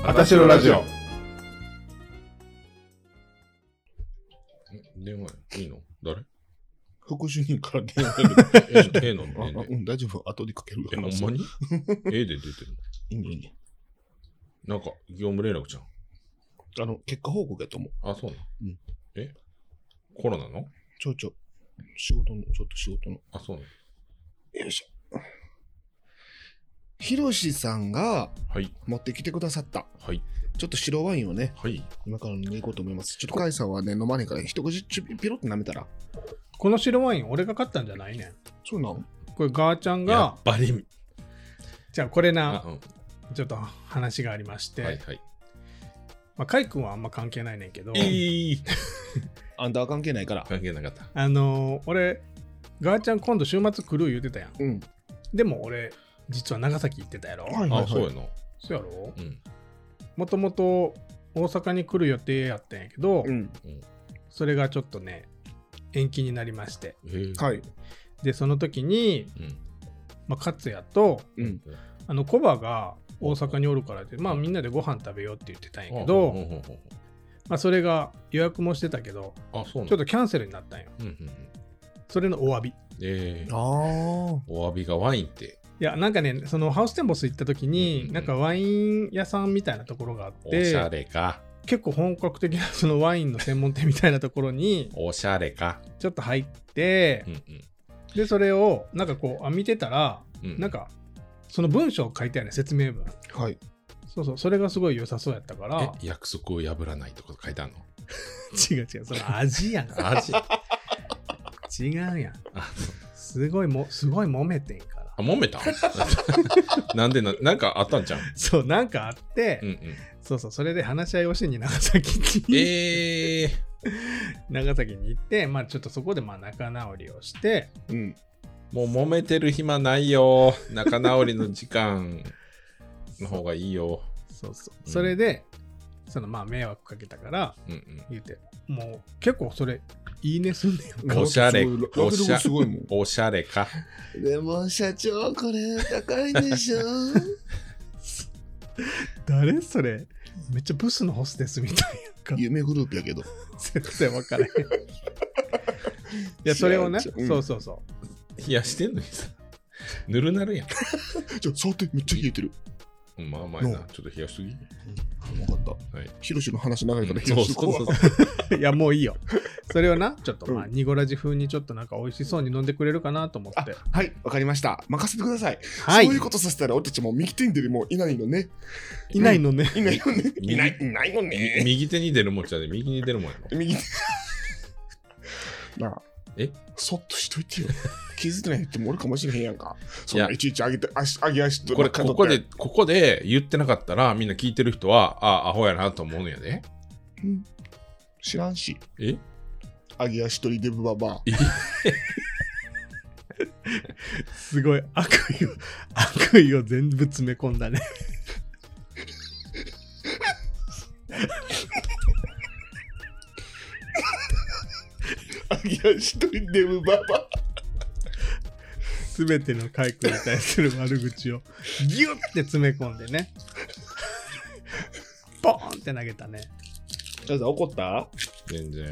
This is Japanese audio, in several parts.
あたしろラジオ。 電話いいの？誰？ 副主任から電話がええのね。 大丈夫。後でかけるから。 ほんまに？で出てるいいね、いいね。 なんか、業務連絡じゃん。 結果報告やと思う。 あ、そうなの？ うん。 コロナの？ ちょっと仕事の。 あ、そうなの？ よいしょ。ひろしさんがはい。 持ってきてくださった。 はい。 ちょっと白ワインをね、 はい。 今から飲んでいこうと思います。ちょっとカイさんはね、飲まねえから、一口ピロって舐めたら。 この白ワイン俺が買ったんじゃないねん。 そうなの？ これガーちゃんやがっぱり。 じゃあこれな、 うん。 ちょっと話がありまして、 はいはい。 まあカイ君はあんま関係ないねんけど、 あんたは関係ないから。 関係なかった。 俺ガーちゃん今度週末来る言うてたやん。 うん。 でも俺実は長崎行ってたやろ。 はいはいあ、そうやはい。 の。 そうやろ。 うん。 もともと大阪に来る予定やったんやけど、 うん。 それがちょっとね延期になりまして、 はい。 でその時に、 うん。 まあ、勝也とうん。 コバが大阪におるからで、まあみんなでご飯食べようって言ってたんやけど、まあそれが予約もしてたけど、 あ、そうなの。 ちょっとキャンセルになったんよ。 うんうんうん。 それのお詫び。 ああ。 お詫びがワインって。 いや、なんかね、そのハウステンボス行った時に、 うんなんかワイン屋さんみたいなところがあっおしゃて、 れか。 結構本格的なそのワインの専門店みたいなところにおしゃれか。 ちょっと入って、 うんで、それをなんかこう見てたら、 うん。 なんかその文章書いてあるね、説明文。 はい。 そうそう、それがすごい良さそうやったから、 約束を破らないとか書いてあるの？ 違う、その味やん。 味。 違うやん。 あ、 すごい揉めてんから。 揉めた？なんでなんかあったんじゃん。 そう、なんかあって、 うんうん。 そう、それで話し合いをしに長崎に、長崎に行って、まあちょっとそこでまあ仲直りをして、 うん。 もう揉めてる暇ないよ。仲直りの時間の方がいいよ。 そう、 うんそれで、そのまあ迷惑かけたからうんうん。 言うて、もう結構それ、いいねすんねんか。 おしゃれラベルがすごいもん。 おしゃれか。 でも社長、これ高いでしょ。 誰それ、めっちゃブスのホステスみたいやんか。 夢グループやけど。 絶対分からへん。いや、それをね、 うんそう。 冷やしてんのにさ。ぬるなるやん。 触ってめっちゃ冷えてる。 まあまあな。ちょっと冷やしすぎ。 分かった。 はい。 ヒロシの話長いから冷そうやしとこう。 いや、もういいよ。それをな、ちょっとまあ、ニゴラジ風にちょっとなんか美味しそうに飲んでくれるかなと思って。 はい、わかりました。任せてください。 はい。 そういうことさせたら俺たちも右手に出るもいないのね。 いないのね。 いないのね。 右いないのね。 右手に出るもんじゃね右に出るもんやろ。 右手。なあ。 えそっとしといてよ。気づいてない人もおるかもしれへんやんか。そんいやないちいち上げ足とこれ、 かここで言ってなかったら、みんな聞いてる人は、アホやなと思うんやで。 うん知らんし。 え上げ足取りデブババア。 すごい悪意を全部詰め込んだね。 上げ足取りデブババア。 すべてのカイ君に対する悪口をギュッて詰め込んでね。ボーンって投げたね。 カイさん怒った？ 全然。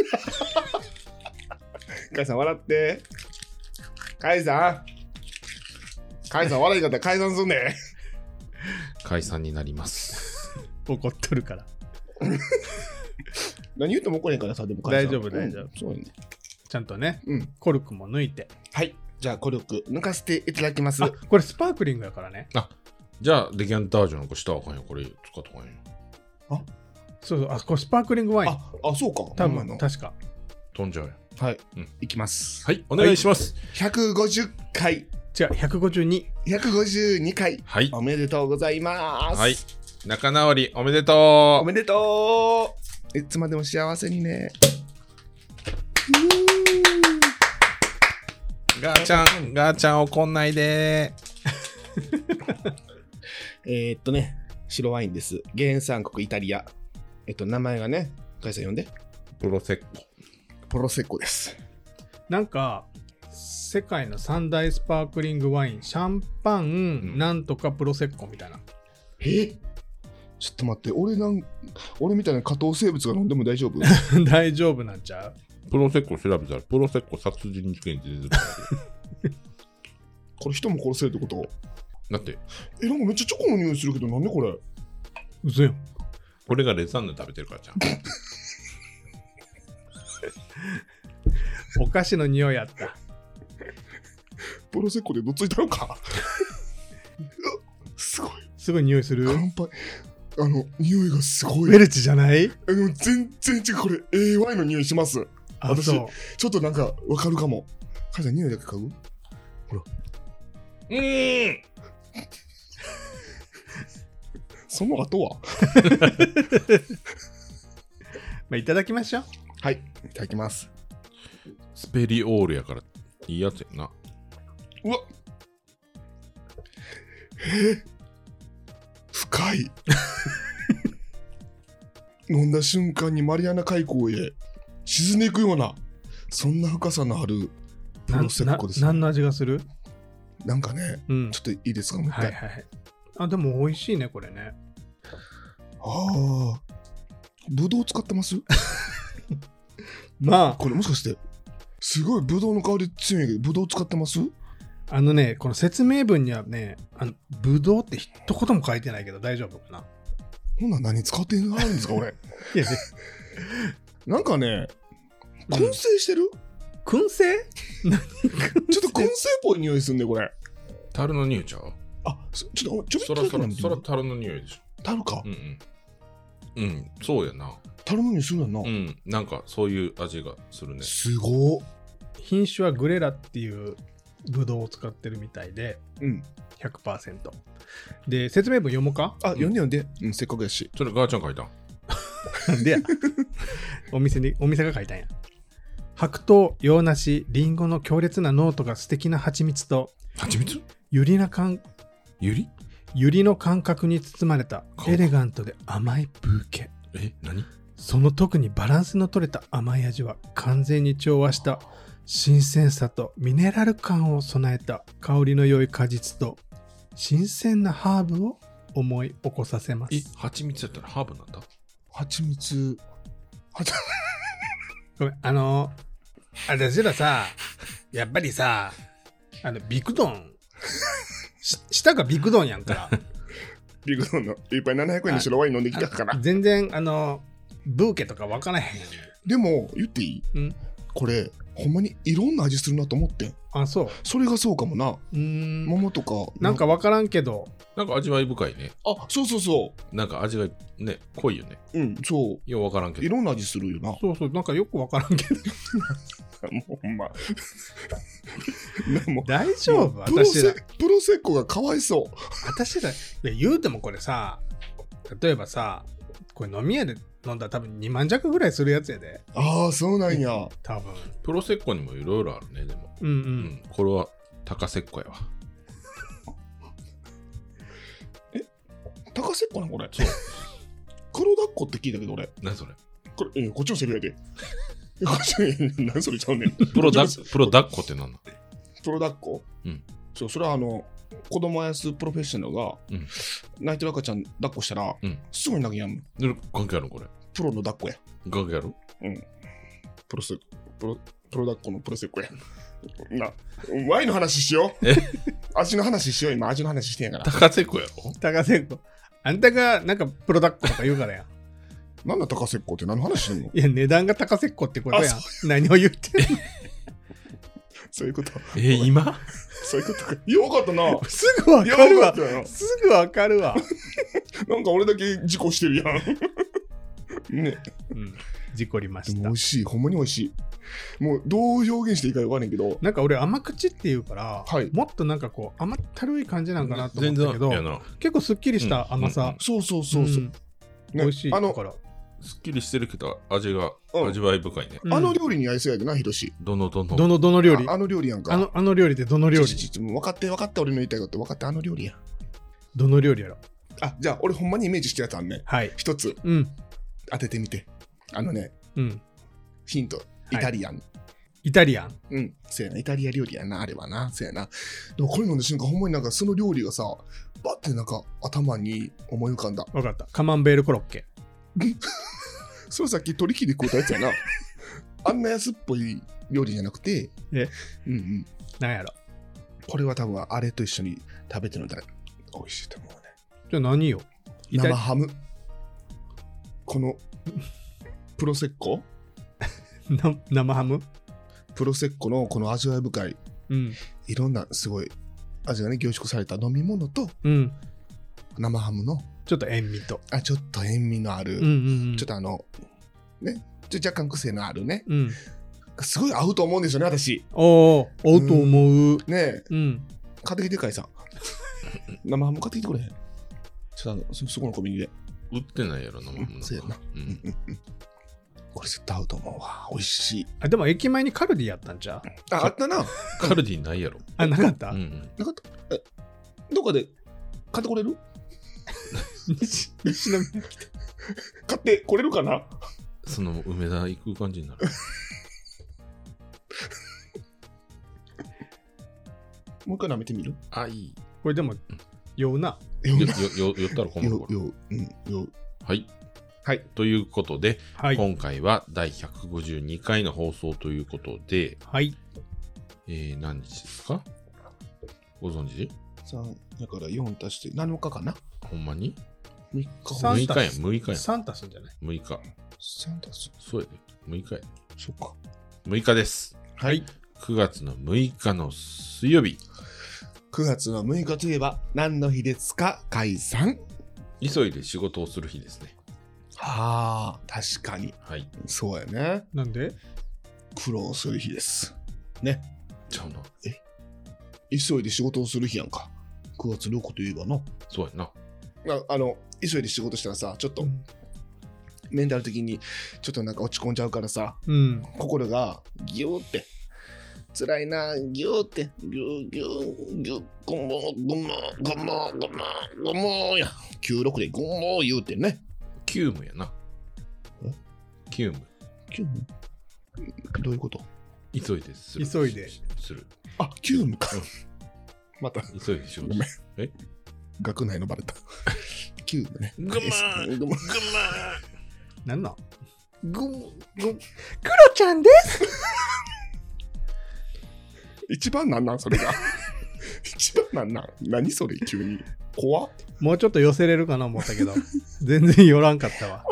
カイさん笑って。カイさん笑い方解散すんね。 解散になります。 怒っとるから。 何言っても怒れへんからさ、でもカイさん大丈夫。 そうやね。 ちゃんとね、 うん。 コルクも抜いて。 はい。じゃあ、コルク抜かせていただきます。 あ、これスパークリングやからね。 じゃあ、デキャンタージュなんかしたらあかんよ。これ使ったらあかんよ。 そう、これスパークリングワイン。 そうか。 多ほんまの分確か。 飛んじゃうよ。 はい。 うんいきます。 はい、お願いします。 150回、 違う、152。 152回、 はい。 おめでとうございます。 はい。仲直りおめでとう。 おめでとう。いつまでも幸せにね。 ガーちゃん怒んないでね、白ワインです。原産国イタリア。名前がね、カイさん呼んで。 プロセッコ。 プロセッコです。 なんか、世界の三大スパークリングワイン、シャンパン、 んなんとかプロセッコみたいな。 ちょっと待って、俺みたいな下等生物が飲んでも大丈夫？ 大丈夫なんちゃう？ プロセッコ調べたらプロセッコ殺人事件って出てるからこれ人も殺せるってこと？ だってなんかめっちゃチョコの匂いするけど、なんでこれ？ 嘘よ。 俺がレザンヌ食べてるからじゃんお菓子の匂いやった。 プロセッコでどっついたのかすごい。 すごい匂いする。 乾杯。匂いがすごい。 ウェルチじゃない？ でも全然違う。これ AY の匂いします。私そうちょっとなんかわかるかも。カイさん匂いだけ嗅ぐ？ほら。その後はまあいただきましょう。 はい、いただきます。 スペリオールやからいいやつやな。 うわ深い飲んだ瞬間にマリアナ海溝へ沈んでいくような、そんな深さのあるプロセッコですね。 何の味がする？ なんかね、ちょっといいですか、もう一回。 はいはい。あ、でも美味しいね、これね。 ああ、ぶどう使ってます？ まあ、 これもしかして、すごいぶどうの香り強いけど、ぶどう使ってます？ この説明文にはね、ぶどうって一言も書いてないけど大丈夫かな？ ほんなら何使ってあるんですか、俺。 いやね、 なんかね、燻製してる？ 燻製？ ちょっと燻製っぽい匂いすんね、これ。 樽の匂いちゃう？ あ、ちょっとそら樽の匂いでしょ。 樽か。 そうやな。 樽の匂いするやんな。 なんかそういう味がするね。 すごっ。 品種はグレラっていうブドウを使ってるみたいで、100%。で、説明文読もうか？ あ、読んで。せっかくやし。 それガーちゃん書いたん？ なんでや。お店が書いたんや。白桃、洋梨、リンゴの強烈な濃度が素敵な蜂蜜と、 蜂蜜？ ユリの感覚に包まれたエレガントで甘いブーケ。 何？ その特にバランスの取れた甘い味は完全に調和した新鮮さとミネラル感を備えた香りの良い果実と新鮮なハーブを思い起こさせます。 蜂蜜やったらハーブなんだ。 蜂蜜。 ごめん、私らさ、やっぱりさ、ビクドン、下がビクドンやんから。 ビクドンの一杯700円の白ワイン飲んできたから。 全然、ブーケとか分からへん。 でも、言っていい？これ、ほんまにいろんな味するなと思ってん。 あ、そう。 それがそうかもな。桃とか。 なんか分からんけど。 なんか味わい深いね。 あ、そう。 なんか味がね、濃いよね。 そう。 よう分からんけど。 いろんな味するよな。 そう、なんかよく分からんけど。 もうほんま。 大丈夫？私ら。 プロセッコがかわいそう。 私ら、言うてもこれさ、例えばさ、これ飲み屋で飲んだら多分2万弱ぐらいするやつやで。 ああ、そうなんや。 多分。 プロセッコにもいろいろあるね、でも。これは高セッコやわ。 高セッコなこれ。 そう。 黒ダッコって聞いたけど俺。 何それ？ こっちのセリフやで。何それちゃうねん。 プロダッコって何なの？ プロダッコ？そう、それは子供あやすプロフェッショナルが、泣いてる赤ちゃん抱っこしたら、すぐに泣きやむの。 関係あるこれ？ プロの抱っこや。 関係ある？ プロダッコのプロセッコや。ワインの話しよう。味の話しよう。今味の話してんやから。 高セッコやろ？ 高セッコ。あんたがなんかプロダッコとか言うからや。 なんだ高セッコって何の話してんの？ いや、値段が高セッコってことやん。何を言ってんの？ そういうこと。 今？ そういうことか。よかったな。 すぐわかるわ。すぐわかるわ。 なんか俺だけ事故してるやん。ね。 事故りました。 でも美味しい。ほんまに美味しい。もうどう表現していいかわかんないけど。 なんか俺甘口って言うから、もっとなんかこう甘ったるい感じなんかなと思ったけど、結構すっきりした甘さ。 そう。 美味しい。だからすっきりしてるけど味わい深いね。 料理に合いそうやでな、ひろし。 どの料理？ 料理やんか。 あの料理でどの料理？ 分かって俺の言いたいこと分かって料理やん。 どの料理やろ？ じゃあ俺ほんまにイメージしてるやつあんね。一つ。当ててみて。ヒント。イタリアン。 イタリアン。 うん。そうやな。イタリア料理やな、あれはな。そうやな。でもこれ飲んだ瞬間、ほんまになんかその料理がさ、バッてなんか頭に思い浮かんだ。 わかった。カマンベールコロッケ。 それさっき取り木で食うたやつやな。あんな安っぽい料理じゃなくて、うんうん。 なんやろ。 これは多分あれと一緒に食べてるんだら美味しいと思うね。 じゃあ何よ。 生ハム。このプロセッコ生ハム。 プロセッコのこの味わい深い、 うん。 いろんなすごい味がね凝縮された飲み物と、 うん。 生ハムのちょっと塩味と。 ちょっと塩味のある、 うんうんうん。 ちょっとね、若干癖のあるね、 うん。 すごい合うと思うんですよね、私。 おー、合うと思う。 ねえ、 うん。 買ってきてかいさん。生ハム買ってきてくれへん。ちょっとそこのコンビニで。 売ってないやろな、 そうやな。 うんこれ絶対合うと思うわ。美味しい。 あ、でも駅前にカルディやったんちゃう？ あったな。 カルディないやろ。 あ、なかった？ なかった。どっかで買ってこれる？ 西宮来て。 買ってこれるかな？ その梅田行く感じになる。 もう一回舐めてみる？ あ、いい。 これでも、酔うな。 酔ったら困るから。はい。 はい。 ということで、 はい。 今回は第152回の放送ということで、 はい。 何日ですか？ご存知 ？3だから4足して7日かな？ ほんまに ?3 日 3 6日や、6日や。 3足すんじゃない？ 6日。 3足す。 そうやで。6日や。 そっか。 6日です。 はい。 9月の6日の水曜日。 9月の6日といえば何の日ですか？解散。 急いで仕事をする日ですね。 はあ、確かに。 はい。 そうやね。 なんで？ 苦労する日です。ね。 ちゃうな。 急いで仕事をする日やんか。9月6日といえばな。 そうやな。 急いで仕事したらさ、ちょっと、メンタル的にちょっとなんか落ち込んじゃうからさ、 うん。 心がギューって、辛いな、ギューって、ギューギュー、ギュー、ゴモーや。96でゴモー言うてね。 急務やな。急務。 急務どういうこと？ 急いでする。 急いで。 する。 あ、急務か。また、 急いで仕事ごめん。 え？ 学内のバレた。急務ね。 ぐまーぐまなんなん？ クロちゃんです一番なんそれが。一番何それ急に。怖っ。 もうちょっと寄せれるかな思ったけど、全然寄らんかったわ。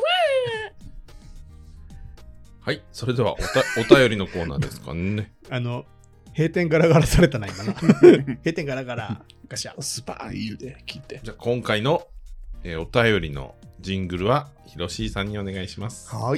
はい。それではお便りのコーナーですかね。 閉店ガラガラされたな、今な。閉店ガラガラ。ガシャ。 スパー言うで聞いて。 じゃあ今回の、お便りのジングルはひろしーさんにお願いします。 はい。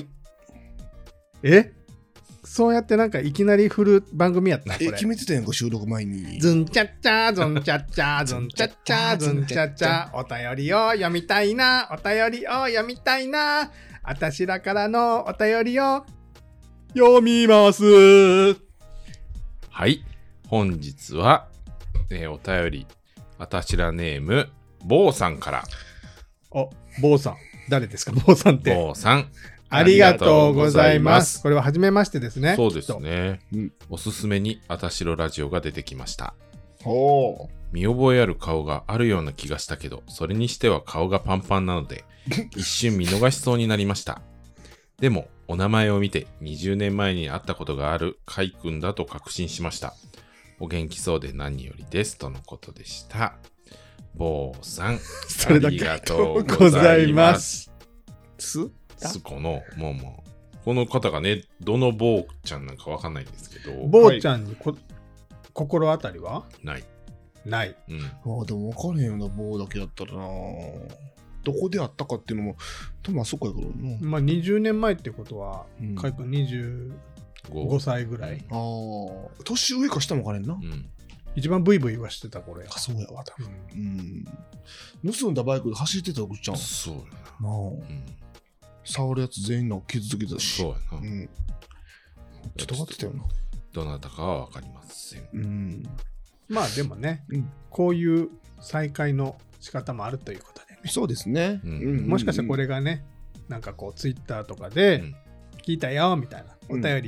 そうやってなんかいきなり振る番組やったこれ。 決めてたやんか、収録前に。 ズンチャッチャー、ズンチャッチャー、ズンチャッチャー、ズンチャッチャー。お便りを読みたいな、お便りを読みたいな。あたしらからのお便りを読みます。 はい。本日は、お便り、あたしらネーム、坊さんから。 坊さん。誰ですか、坊さんって。 坊さん。 ありがとうございます。これは初めましてですね。 そうですね。おすすめにあたしろラジオが出てきました。見覚えある顔があるような気がしたけど、それにしては顔がパンパンなので、一瞬見逃しそうになりました。でも、お名前を見て20年前に会ったことがあるカイ君だと確信しました。お元気そうで何よりですとのことでした。坊さん、 それだけありがとうございます。この方がね、どの坊ちゃんなんかわかんないんですけど。 坊ちゃんに心当たりはない。 ない。 でも分かれへんよな、坊だけだったらな。どこで会ったかっていうのも、多分あそこやからな。 まあ20年前ってことは、カイ君25歳ぐらい。 年上か下も分かれんな。 一番ブイブイはしてた頃や。 そうやわ、多分。盗んだバイクで走ってたおっちゃん。 そうやな。触るやつ全員の傷つけてたし。 そうやな。 ちょっと分かってたよな。 どなたかは分かりません。 まあでもね、こういう再会の仕方もあるということでね。 そうですね。 もしかしたらこれがね、なんかこうツイッターとかで聞いたよみたいなお便り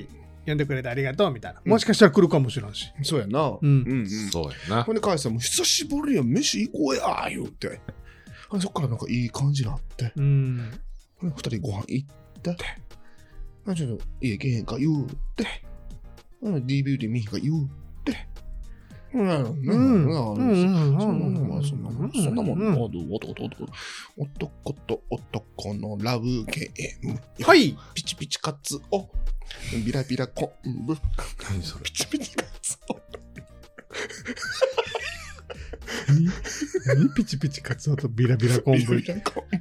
呼んでくれてありがとうみたいな。もしかしたら来るかもしれんし。 そうやな。 そうやな。 ほんで、母さんも久しぶりや、飯行こうや、言うて。そっからなんかいい感じになって。二人ご飯行って。ちょっと家行けへんか言うて。DVD 見へんか言うて。そんなもん、男と男のラブゲーム。 はい。 ピチピチカツオ。ビラビラ昆布。 何それ。 ピチピチカツオ。 何ピチピチカツオとビラビラ昆布。 吉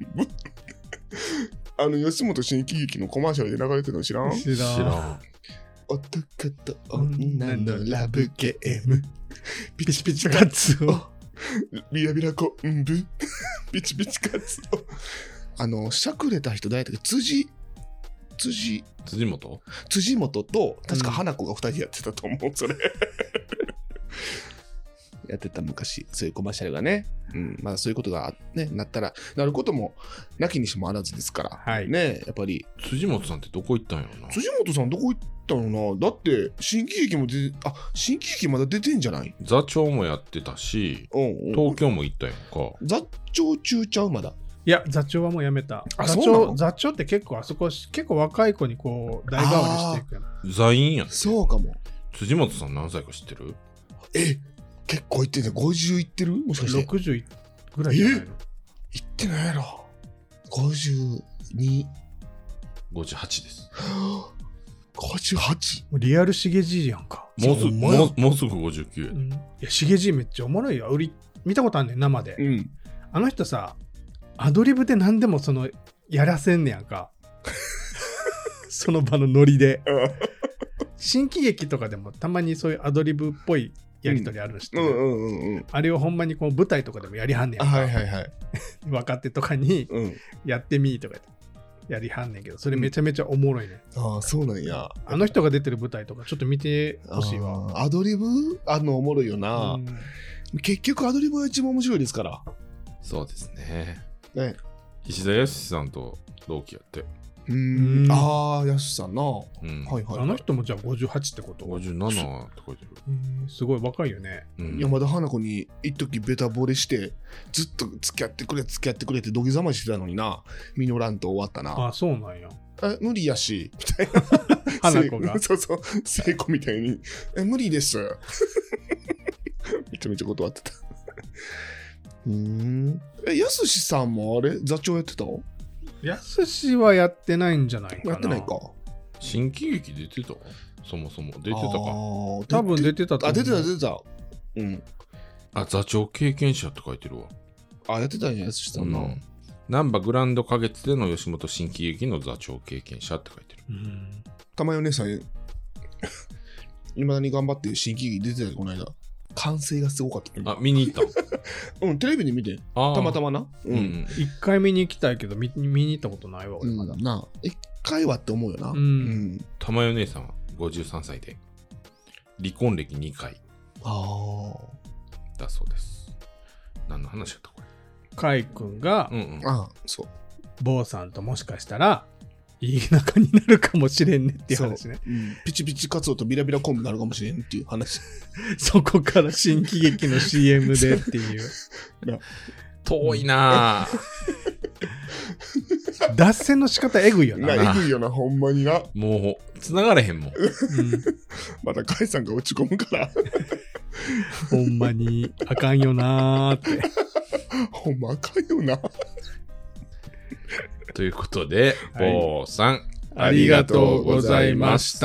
本新喜劇のコマーシャルで流れてるの知らん？ 知らん。 男と女のラブゲーム。 ピチピチカツオ。 ビラビラ昆布。ピチピチカツオ。しゃくれた人誰だっけ？辻本と、確か花子が2人やってたと思う、それ。やってた昔、そういうコマーシャルがね。まあそういうことがね、なったら、なることも、なきにしもあらずですから。 はい。 ね、やっぱり。 辻本さんってどこ行ったんやろな。 辻本さんどこ行ったのな。だって、新喜劇も新喜劇まだ出てんじゃない？ 座長もやってたし、東京も行ったやんか。 座長中ちゃうまだ。 いや、座長はもうやめた。座長って結構あそこ、結構若い子にこう、代替わりしていくやん。 座員やん。 そうかも。 辻本さん何歳か知ってる？ 結構いってんじゃん。50いってる？もしかして。 60ぐらいじゃないの？ いってないやろ。52。 58です。 58？ もうリアルしげじいやんか。 もうすぐ59や。 いや、しげじいめっちゃおもろいよ。見たことあんねん、生で。あの人さ、アドリブで何でもやらせんねやんか。その場のノリで。新喜劇とかでもたまにそういうアドリブっぽいやりとりあるの知ってる？あれをほんまにこう舞台とかでもやりはんねやんか。若手とかにやってみーとかやりはんねんけど、それめちゃめちゃおもろいね。 ああ、そうなんや。 あの人が出てる舞台とかちょっと見てほしいわ。 アドリブおもろいよな。結局アドリブが一番面白いですから。 そうですね。 ね、 石田康さんと同期やって。 ああ、康さんな。 あの人もじゃあ58ってこと？ 57って書いてる。 すごい若いよね。 山田花子に一時ベタ惚れして、ずっと付き合ってくれって土下座ましてたのにな。ミノランと終わったな。 あ、そうなんや。 無理やし、みたいな。 花子が。 そうそう、聖子みたいに。無理です。めちゃめちゃ断ってた。やすしさんもあれ座長やってた？ やすしはやってないんじゃないかな。 やってないか。 新喜劇出てた？そもそも出てたか。 多分出てたと思う。 出てた。 座長経験者って書いてるわ。 やってたんや、やすしさんな。 なんばグランド花月での吉本新喜劇の座長経験者って書いてる。 玉代姉さん、いまだに頑張って新喜劇出てたよ、この間。歓声がすごかった。 見に行った？ テレビで見て。たまたまな。 一回見に行きたいけど、見に行ったことないわ、俺まだ。 一回はって思うよな。 玉代姉さんは53歳で、離婚歴2回。だそうです。何の話だったこれ？ カイ君が、 そう。 坊さんともしかしたら、いい仲になるかもしれんねっていう話ね。 ピチピチカツオとビラビラコンビになるかもしれんっていう話。 そこから新喜劇の CM でっていう。 遠いなぁ。脱線の仕方えぐいよな。 えぐいよな、ほんまにな。 もう、繋がれへんもん。 またカイさんが落ち込むから。 ほんまにあかんよなーって。 ほんまあかんよな。 ということで、坊さん、 ありがとうございました。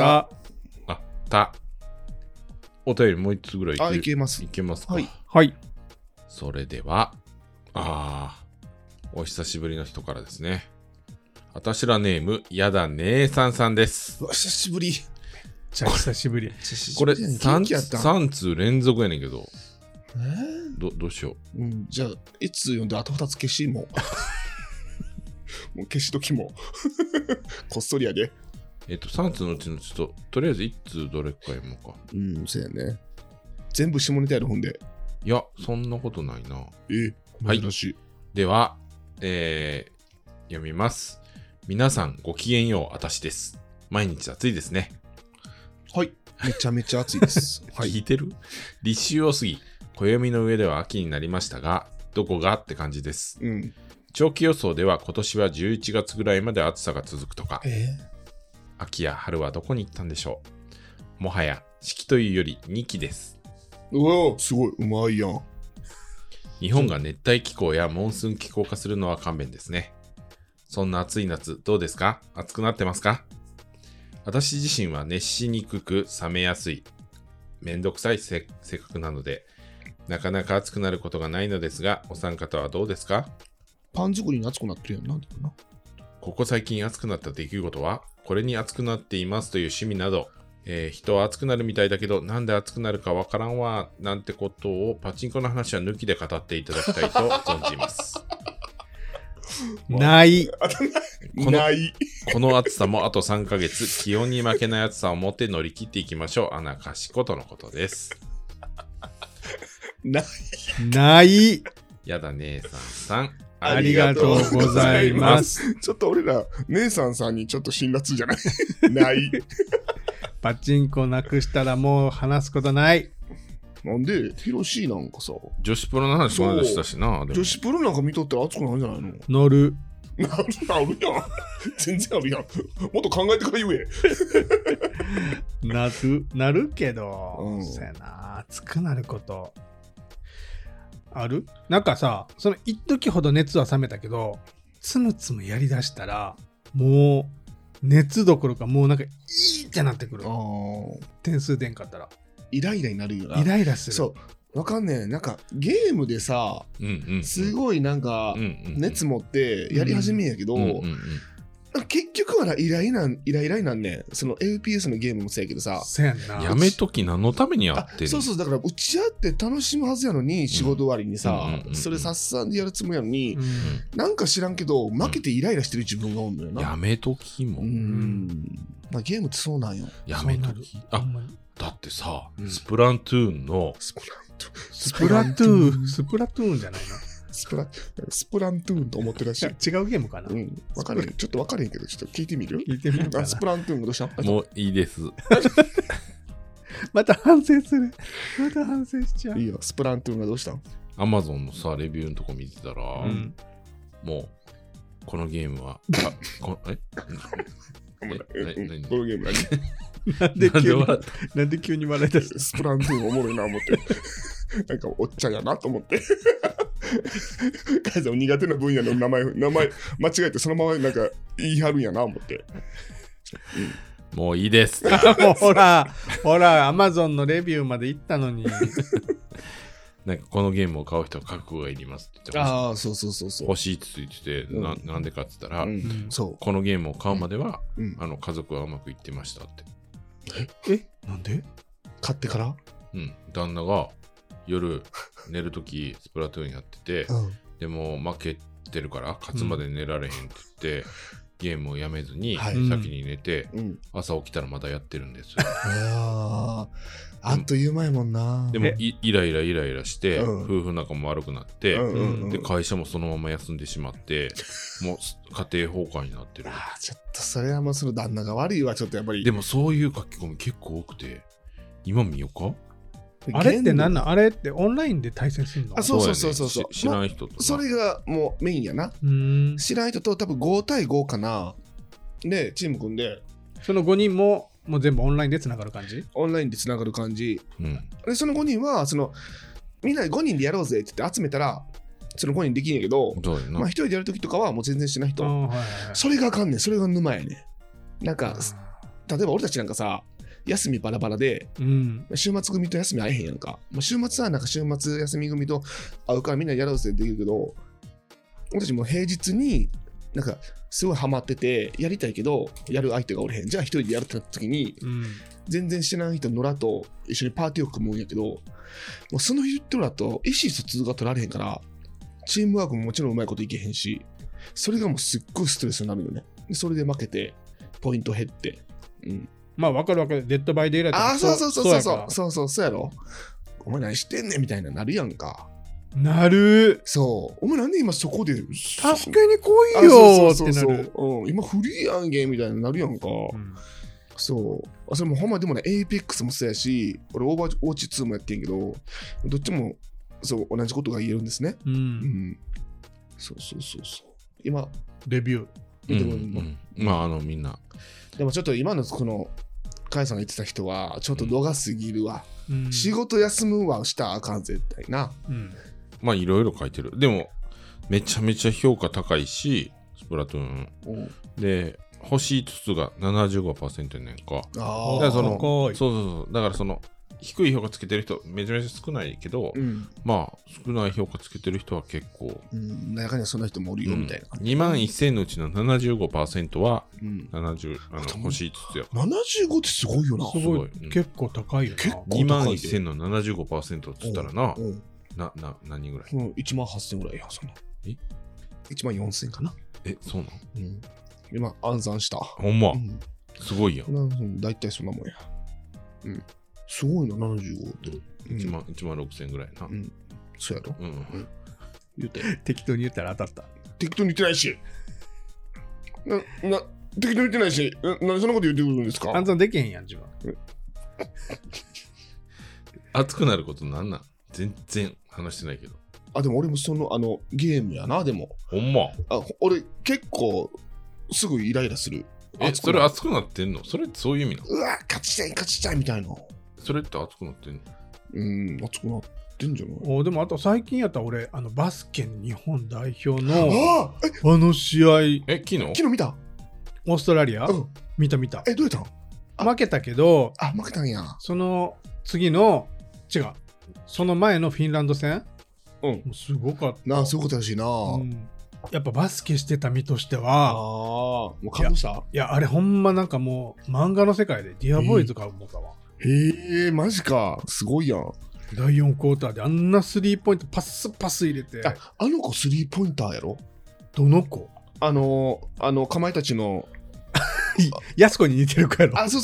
お便りもう一つぐらいいけます。 いけますか。 はい。 それでは、お久しぶりの人からですね。あたしらネーム、やだ姉さんです。 久しぶり。 久しぶり。 これ3通連続やねんけど。どうしよう。 じゃあ、いつ読んであと2つ消しもう消しときもこっそりやで。 3通のうちのちょっととりあえず1通どれか読もうか。 そうやね。全部下ネタやる本で。 いや、そんなことないな。 珍しい。 では、読みます。皆さんごきげんよう、あたしです。毎日暑いですね。 はい。めちゃめちゃ暑いです。 はい。聞いてる？立秋を過ぎ、暦の上では秋になりましたが、どこがって感じです。うん。長期予想では今年は11月ぐらいまで暑さが続くとか。秋や春はどこに行ったんでしょう。もはや四季というより2季です。 うわ、すごい、うまいやん。 日本が熱帯気候やモンスーン気候化するのは勘弁ですね。そんな暑い夏どうですか？暑くなってますか？私自身は熱しにくく冷めやすい、めんどくさい性格なので、なかなか暑くなることがないのですが、お三方はどうですか？ パン作りに暑くなってるやんな。 ここ最近暑くなった出来事は、これに暑くなっていますという趣味など、人は暑くなるみたいだけど、なんで暑くなるかわからんわ、なんてことをパチンコの話は抜きで語っていただきたいと存じます。 ない。 この暑さもあと3ヶ月、気温に負けない暑さを持って乗り切っていきましょう。穴かしことのことです。 ない。 やだ、姉さん。 ありがとうございます。 ちょっと俺ら、姉さんにちょっと辛辣じゃないない。 パチンコなくしたらもう話すことない。 なんで、ヒロシなんかさ、 女子プロの話この間したしな。 女子プロなんか見とったら熱くなるんじゃないの？ 乗る。 なるやん。全然あるやん。もっと考えてから言え。 なるけど、そうやな、熱くなることある？なんかさ、その一時ほど熱は冷めたけど、つむつむやりだしたら、もう熱どころかもうなんかいいってなってくる。点数出んかったらイライラになるよな。 イライラする。 そう、わかんねえ。なんかゲームでさ、すごいなんか熱持ってやり始めんやけど、結局はイライラになんねん。その FPS のゲームもそうやけどさ、 そうやんな。 やめとき何のためにやってんの？ そうだから打ち合って楽しむはずやのに、仕事終わりにさ、それさっさんでやるつもりやのに、なんか知らんけど負けてイライラしてる自分がおんのよな。 やめときも。 まあ、ゲームってそうなんよ。 やめとき。だってさ、スプラトゥーンのスプラトゥーンじゃないの？ スプラントゥーンと思ってらっしゃる。 違うゲームかな？ わかる。ちょっとわかるんやけど、ちょっと聞いてみる？ 聞いてみるかな。 スプラントゥーンどうした？ もういいです。 また反省する。また反省しちゃう。 いいよ、スプラントゥーンがどうしたん？ アマゾンのさ、レビューのとこ見てたら、もう、このゲームは、 このゲームなんで急に笑い出した？ スプラントゥーンおもろいな思って。なんかおっちゃんやなと思って。カイさん苦手な分野の名前間違えてそのままなんか言い張るんやな思って。 もういいです。 ほら、アマゾンのレビューまで行ったのに。 なんかこのゲームを買う人は覚悟がいりますって言ってました。 そう。 欲しいって言ってて、なんでかって言ったら、 このゲームを買うまでは、家族はうまくいってましたって。 なんで？ 買ってから？ 旦那が夜寝るときスプラトゥーンやってて、でも負けてるから勝つまで寝られへんって言って、ゲームをやめずに先に寝て、朝起きたらまだやってるんですよ。 あっという間やもんな。 でもイライラして、夫婦仲も悪くなって、で会社もそのまま休んでしまって、もう家庭崩壊になってる。 ちょっとそれはもうその旦那が悪いわ。ちょっとやっぱり。 でもそういう書き込み結構多くて、今見ようか。 あれって何なん？あれってオンラインで対戦するの？ そう。 知らん人と。 それがもうメインやな。知らん人と多分5対5かな。で、チーム組んで。 その5人も全部オンラインでつながる感じ？ オンラインでつながる感じ。で、その5人は、みんなで5人でやろうぜって言って集めたら、その5人できんやけど、まあ1人でやるときとかはもう全然しない人。それがあかんねん。それが沼やねん。なんか、例えば俺たちなんかさ、休みバラバラで、週末組と休み会えへんやんか。週末はなんか週末休み組と会うからみんなやろうぜってできるけど、俺たちも平日になんかすごいハマっててやりたいけどやる相手がおれへん。じゃあ一人でやるってなった時に、全然知らん人の野良と一緒にパーティーを組むんやけど、もうその人らと意思疎通が取られへんから、チームワークももちろんうまいこといけへんし、それがもうすっごいストレスになるよね。でそれで負けてポイント減って、 まあ分かる。デッドバイデイライト。 そうやろ。お前何してんねんみたいななるやんか。 なる。 そう。お前なんで今そこで助けに来いよってなる。 今フリーやんけみたいななるやんか。 そう。それもほんまでもね、エイペックスもそうやし、俺オーバーウォッチ2もやってんけど、どっちもそう同じことが言えるんですね。 うん。 そう。今、 レビュー。 見てもまあ、みんな。 でもちょっと今のこの、カイさんが言ってた人は、ちょっと度が過ぎるわ。仕事休むはしたらあかん絶対な。 まあ、いろいろ書いてる。でも、めちゃめちゃ評価高いし、スプラトゥーン。で、星5つが 75% やねんか。だからそう。だからその、低い評価つけてる人、めちゃめちゃ少ないけど、まあ、少ない評価つけてる人は結構。 中にはそんな人もおるよ、みたいな。 2万1000のうちの 75% は、星5つや。 75ってすごいよな。 すごい。結構高いよな。 2万1000の 75% って言ったらな、何ぐらい ?1 万8000ぐらいや、その。1万4000かな。 そうなん？ 今、暗算した。 ほんま。すごいやん。だいたいそんなもんや。すごいな、75って。 1万6000ぐらいな。 そうやろ。 言って。適当に言ったら当たった。 適当に言ってないし。適当に言ってないし、何そんなこと言ってくるんですか？ 暗算できへんやん、自分。 熱くなることなんなん？全然話してないけど。 でも俺もそのゲームやな。でもほんま俺結構すぐイライラする。 それ熱くなってんの？それってそういう意味なの？ うわ勝ちたいみたいな。 それって熱くなってんの？ 熱くなってんじゃない？ でもあと最近やったら俺バスケ日本代表の試合昨日見た？ オーストラリア、見た。 どうやったの？負けたけど、 負けたんや。 その次のその前のフィンランド戦、すごかった。 すごかったらしいな。 やっぱバスケしてた身としては、 もう感動した？ いやあれほんまなんかもう漫画の世界でディアボーイズか思ったわ。 へえ、マジか。すごいやん。 第4クォーターであんなスリーポイントパス入れて。 あの子スリーポインターやろ？ どの子？ かまいたちのやす子に似てる子やろ。 そう。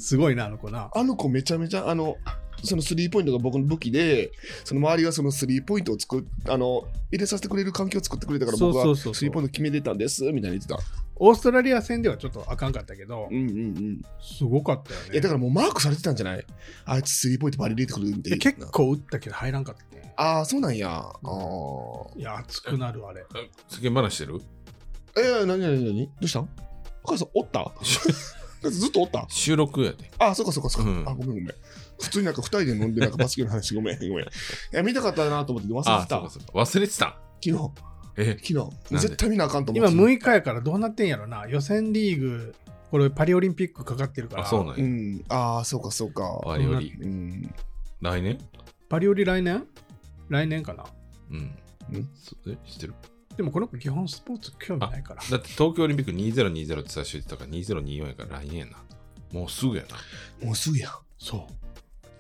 すごいな、あの子な。 あの子めちゃめちゃそのスリーポイントが僕の武器で、その周りがそのスリーポイントを入れさせてくれる環境を作ってくれたから、僕はスリーポイント決めてたんですみたいな言ってた。 オーストラリア戦ではちょっとあかんかったけど、すごかったよね。 だからもうマークされてたんじゃない？あいつスリーポイントバリ入れてくるんで。 結構打ったけど入らんかったね。 そうなんや。 いや、熱くなるあれ。 世間話してる？ 何どうしたん？お母さんおった？ずっとおった？ 収録やで。 そうか。ごめん。普通になんか2人で飲んでなんかバスケの話ごめん。いや、見たかったなと思って忘れてた。 忘れてた？ 昨日。絶対見なあかんと思って。今6日やからどうなってんやろな。予選リーグ、これパリオリンピックかかってるから。 そうなんや。そうか。 パリオリ。来年？ パリオリ来年かな。 知ってる？ でもこの子基本スポーツ興味ないから。 だって東京オリンピック2020って最初言ってたから2024やから来年やな。もうすぐやな。 もうすぐや。 そう。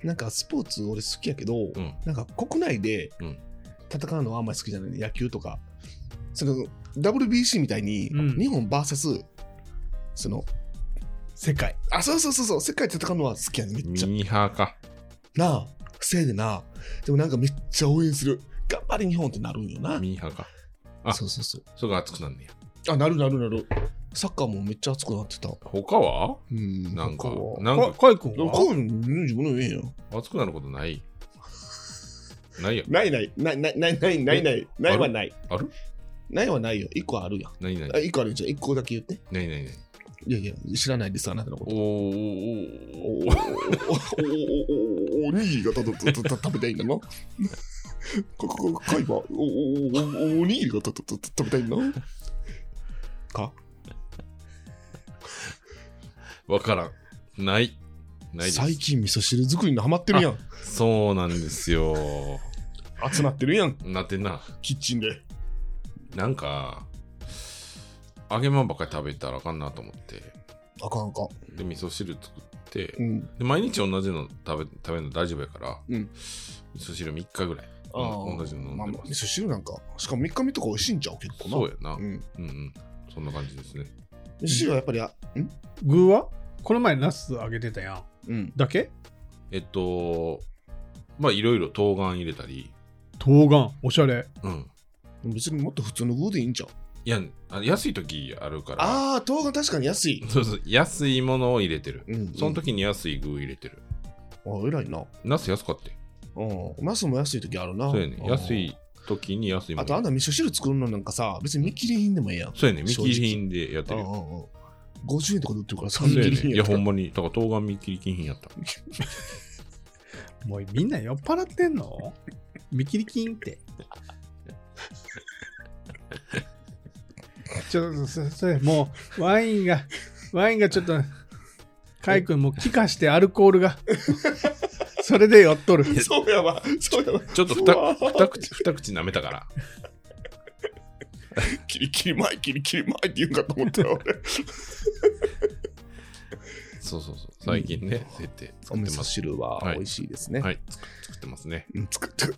なんかスポーツ俺好きやけど、なんか国内で戦うのはあんまり好きじゃないね。野球とか。その WBC みたいに日本 VS その世界。 そう。世界で戦うのは好きやね。めっちゃ。 ミーハーか。 なあ、せいでな。でもなんかめっちゃ応援する。頑張れ日本ってなるんよな。 ミーハーか。 そう。 それが熱くなんねや。なる。サッカーもめっちゃ熱くなってた。 他は？なんかカイ君は？ カイ君自分の言えんやん。 熱くなることない？ないよ。 ないはない。 ある？ ないはないよ。1個あるやん。 何 1個あるじゃん。1個だけ言って。 何？ いや、知らないです、あなたのこと。おにぎりが食べたいんだな。カイはおにぎりが食べたいんだか？ わからん。ないです。 最近味噌汁作りにハマってるやん。 そうなんですよ。 熱なってるやん。 なってんな。 キッチンで。 なんか揚げまんばっかり食べたらあかんなと思って。 あかん。 で味噌汁作って、で毎日同じの食べるの大丈夫やから、味噌汁3日ぐらい同じの飲んでます。 味噌汁なんかしかも3日目とか美味しいんちゃう結構な。 そうやな。そんな感じですね。 味噌汁はやっぱり具はこの前ナス揚げてたやん。だけ？ まあいろいろ冬瓜入れたり。 冬瓜おしゃれ。 別にもっと普通の具でいいんちゃう？ いや、安い時あるから。 ああ、冬瓜確かに安い。 そうそう、安いものを入れてる。その時に安い具入れてる。 あ、偉いな。 ナス安かった。 ナスも安い時あるな。 そうやね。安い時に安いもの。 あと味噌汁作るのなんかさ、別に見切り品でもええやん。 そうやね。見切り品でやってる。 50円とかで売ってるからさ、 見切り品やった。いや、ほんまに。だから冬瓜見切り品やった。 もうみんな酔っ払ってんの？見切り金って。ちょっとそれもうワインがちょっとカイ君も気化してアルコールがそれで酔っとる。 そうやわ。 ちょっと二口舐めたからキリキリ前って言うんかと思ったよ俺。 そう最近ね、設定お味噌汁は美味しいですね。 はい、作ってますね。 作って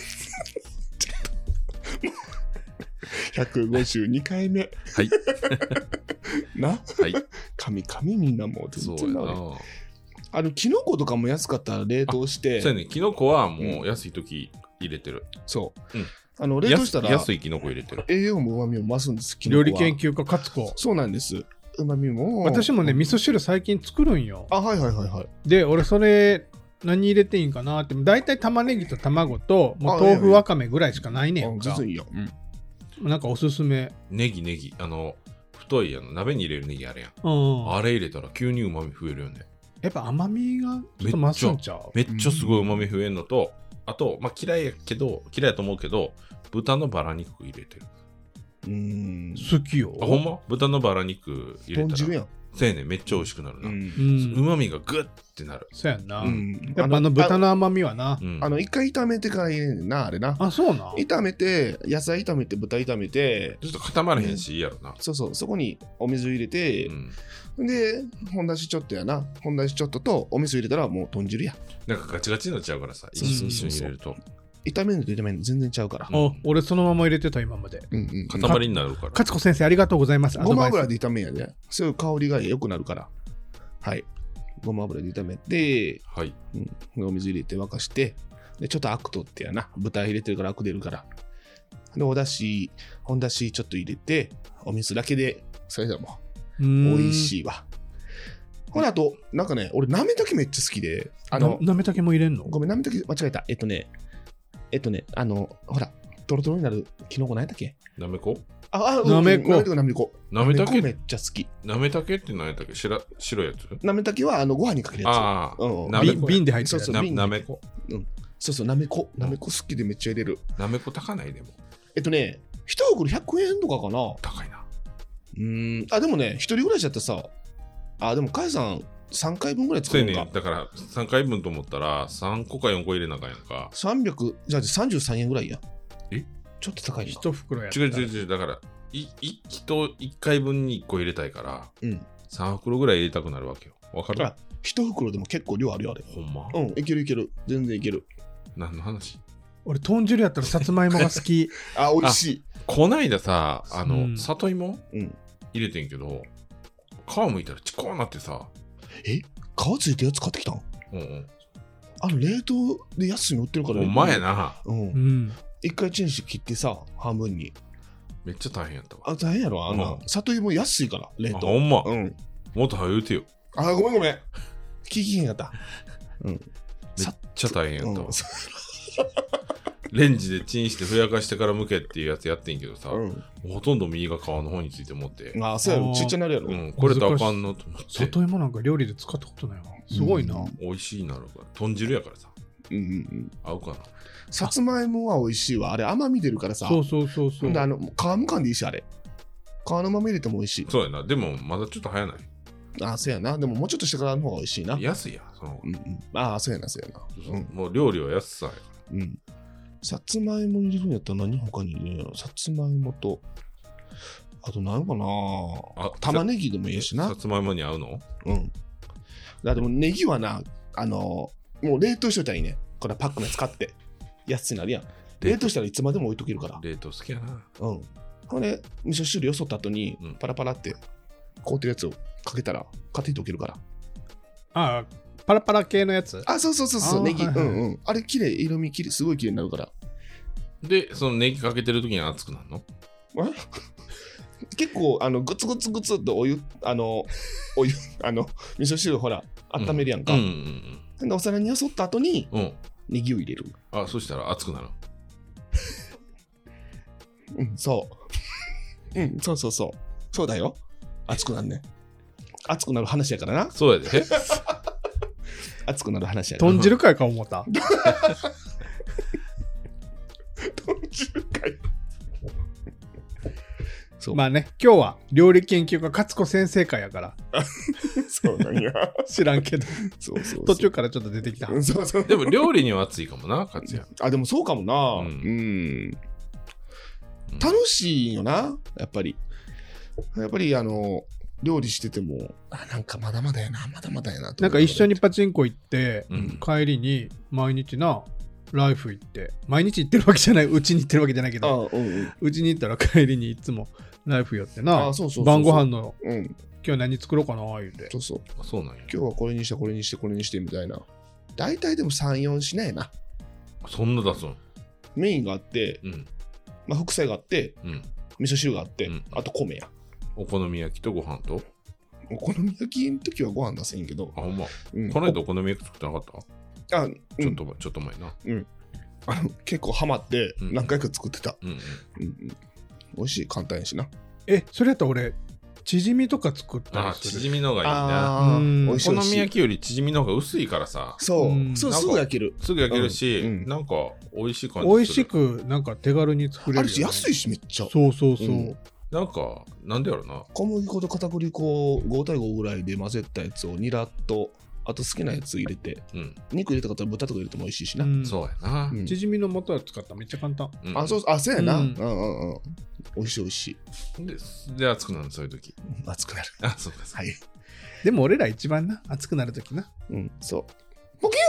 152回目。 はい。 な、 はい。 神みんなもう全然な。キノコとかも安かったら冷凍して。 そうやね。キノコはもう安い時入れてる。 そう。冷凍したら安いキノコ入れてる。 栄養も旨味も増すんです。 料理研究家勝子。 そうなんです。旨味も。 私もね、味噌汁最近作るんよ。 はい。 で、俺それ何入れていいんかなって、だいたい玉ねぎと卵ともう豆腐わかめぐらいしかないねんか。 全然いいよ。 なんかおすすめ。 ネギ。太い鍋に入れるネギあるやん。あれ入れたら急に旨味増えるよね。 やっぱ甘みがちょっと増すんちゃう？ めっちゃすごい旨味増えるのと、あと、まあ嫌いやと思うけど、豚のバラ肉入れてる。 好きよ。 ほんま？豚のバラ肉入れたら。 豚汁やん。 そうやね、めっちゃ美味しくなるな。旨味がグッってなる。 そうやんな。やっぱ豚の甘みはな。 一回炒めてから入れんねんな、あれな。 あ、そうな。 炒めて、野菜炒めて、豚炒めて。 ちょっと固まらへんし、いいやろな。 そう、そこにお水入れて、で、本だしちょっとやな。本だしちょっととお味噌入れたらもう豚汁や。 なんかガチガチになっちゃうからさ、一緒に入れると。 炒めると全然ちゃうから。 俺そのまま入れてた今まで。 塊になるから。 勝子先生ありがとうございます。 ごま油で炒めんやで。そういう香りが良くなるから。はい。ごま油で炒めて、 はい。 お水入れて沸かして、でちょっとアク取ってやな。豚入れてるからアク出るから。で、本だしちょっと入れて、お水だけで、それでも美味しいわ。ほら、あと、なんかね、俺、なめたけめっちゃ好きで。 なめたけも入れんの？ ごめん、なめたけ間違えた。ほら、トロトロになるキノコ何やったっけ？ なめこ？ なめこ。 なめたけめっちゃ好き。 なめたけって何やったっけ？白いやつ？ なめたけはご飯にかけるやつ。瓶で入ってるやつ。 なめこ。 そう、なめこ。なめこ好きでめっちゃ入れる。 なめこ高ないでも。 一袋100円とかかな。 高いな。 でもね、一人暮らしだったらさ、でも、かえさん3回分ぐらい作るのか。 そうね。だから3回分と思ったら3個か4個入れなあかんやんか。 300、じゃあ33円ぐらいや。 え？ ちょっと高いな。 一袋やった。 違う。だから、1回分に1個入れたいから、3袋ぐらい入れたくなるわけよ。わかる？ 一袋でも結構量あるよ、あれ。 ほんま？ いける。全然いける。 何の話？ 俺、豚汁やったらさつまいもが好き。 美味しい。 こないださ、里芋入れてんけど、皮むいたらチコーなってさ。 皮ついたやつ買ってきたん？冷凍で安いの売ってるから。 お前な。 一回チンして切ってさ、半分に。 めっちゃ大変やったわ。 大変やろ。里芋安いから、冷凍。 ほんま。もっと早言うてよ。 ごめん。聞きへんかった。 めっちゃ大変やったわ。レンジでチンしてふやかしてからむけっていうやつやってんけどさ、ほとんど身が皮の方について持って。 そうやろ、ちっちゃなるやろ。 これとあかんのと思って。 里芋なんか料理で使ったことないわ。すごいな。 美味しいなるから。豚汁やからさ。合うかな。 さつまいもは美味しいわ。あれ甘み出るからさ。 そう。 皮むかんでいいし、あれ。皮のまま入れても美味しい。 そうやな。でもまだちょっと早ない。 そうやな。でももうちょっとしてからの方が美味しいな。 安いや。 そうやな。 もう料理は安さやから。 さつまいも入れるんやったら何他に入れるんやろ。さつまいもと、あと何かな。玉ねぎでもいいしな。 さつまいもに合うの？ でもネギはな、もう冷凍しといたらいいね。これパックのやつ買って。安いなるやん。冷凍したらいつまでも置いとけるから。 冷凍好きやな。 これ、味噌汁よそった後に、パラパラって凍ってるやつをかけたら、勝手に溶けるから。 パラパラ系のやつ？ そう、ネギ。あれ、色味すごい綺麗になるから。 で、そのネギかけてる時に熱くなるの？ 結構グツグツグツっとお湯味噌汁ほら温めるやんか、でお皿によそった後にネギを入れる。 あ、そしたら熱くなる。 そうだよ。熱くなるね。熱くなる話やからな。 そうやで。 熱くなる話やから。 豚汁会か思った。 豚汁会。 まあね、今日は料理研究家勝子先生会やからそうなんや。 知らんけどそう途中からちょっと出てきた。 でも料理には熱いかもな、勝也。 あ、でもそうかもな。楽しいよな、やっぱり料理しててもなんかまだまだやななんか一緒にパチンコ行って、帰りに毎日なライフ行って、毎日行ってるわけじゃない、うちに行ってるわけじゃないけど、うちに行ったら帰りにいつもライフ寄ってな、晩ご飯の、今日何作ろうかな言うて。 そうなんや。 今日はこれにしてみたいな。大体でも3、4品やな。 そんな出すの？ メインがあって、副菜があって、味噌汁があって、あと米や。 お好み焼きとご飯と？ お好み焼きの時はご飯出せんけど。 あ、ほんま。この間お好み焼き作ってなかった？ちょっと前な。 結構ハマって何回か作ってた。美味しい、簡単やしな。 それやったら俺チヂミとか作ったりする。 チヂミの方がいいね。お好み焼きよりチヂミの方が薄いからさ。 そうすぐ焼けるし、なんか美味しい感じ。 美味しくなんか手軽に作れる。 あるし安いしめっちゃ。 そう。 なんかなんでやろな。 小麦粉と片栗粉5対5ぐらいで混ぜたやつをニラとあと好きなやつ入れて、肉入れたかったら豚とか入れても美味しいしな。 そうやな。 チヂミの素を使ったらめっちゃ簡単。 そうやな。美味しい。 で熱くなる、そういう時。 熱くなる。 あ、そうです。 はい。でも俺ら一番な、熱くなる時な。 そう。ポキュ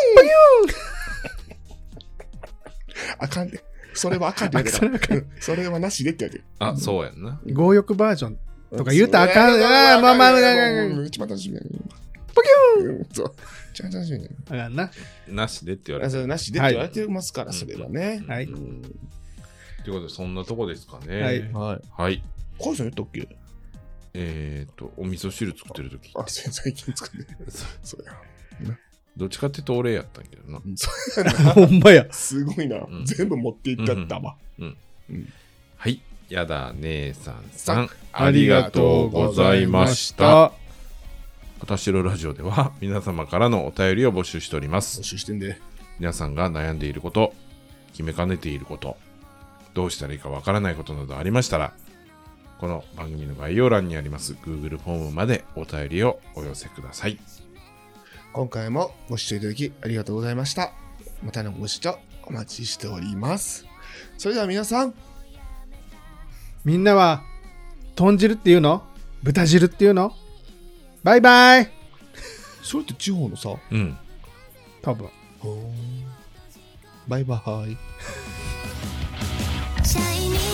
ーンあかんで。それはあかんで。それはなしでって言われて。 あ、そうやんな。 強欲バージョンとか言うたらあかん。まあ。 一番楽しみやね。 ポキューンそう。一番楽しみやね。 あかんな。 なしでって言われて。 なしでって言われてますから、それはね。 はい。 ということで、そんなとこですかね。 はい。カイさん言ったっけ？ お味噌汁作ってる時。 最近作ってる。そうや。 どっちかっていうと俺やったんやけどな。 ほんまや。 すごいな。全部持っていったったわ。 はい。やだ姉さん、ありがとうございました。あたしろラジオでは皆様からのお便りを募集しております。 募集してんで。 皆さんが悩んでいること、決めかねていること、どうしたらいいかわからないことなどありましたら、この番組の概要欄にあります Google フォームまでお便りをお寄せください。 今回もご視聴いただきありがとうございました。またのご視聴お待ちしております。それでは皆さん、 みんなは豚汁っていうの？豚汁っていうの？バイバイ。 それって地方のさ、 多分。 バイバイ。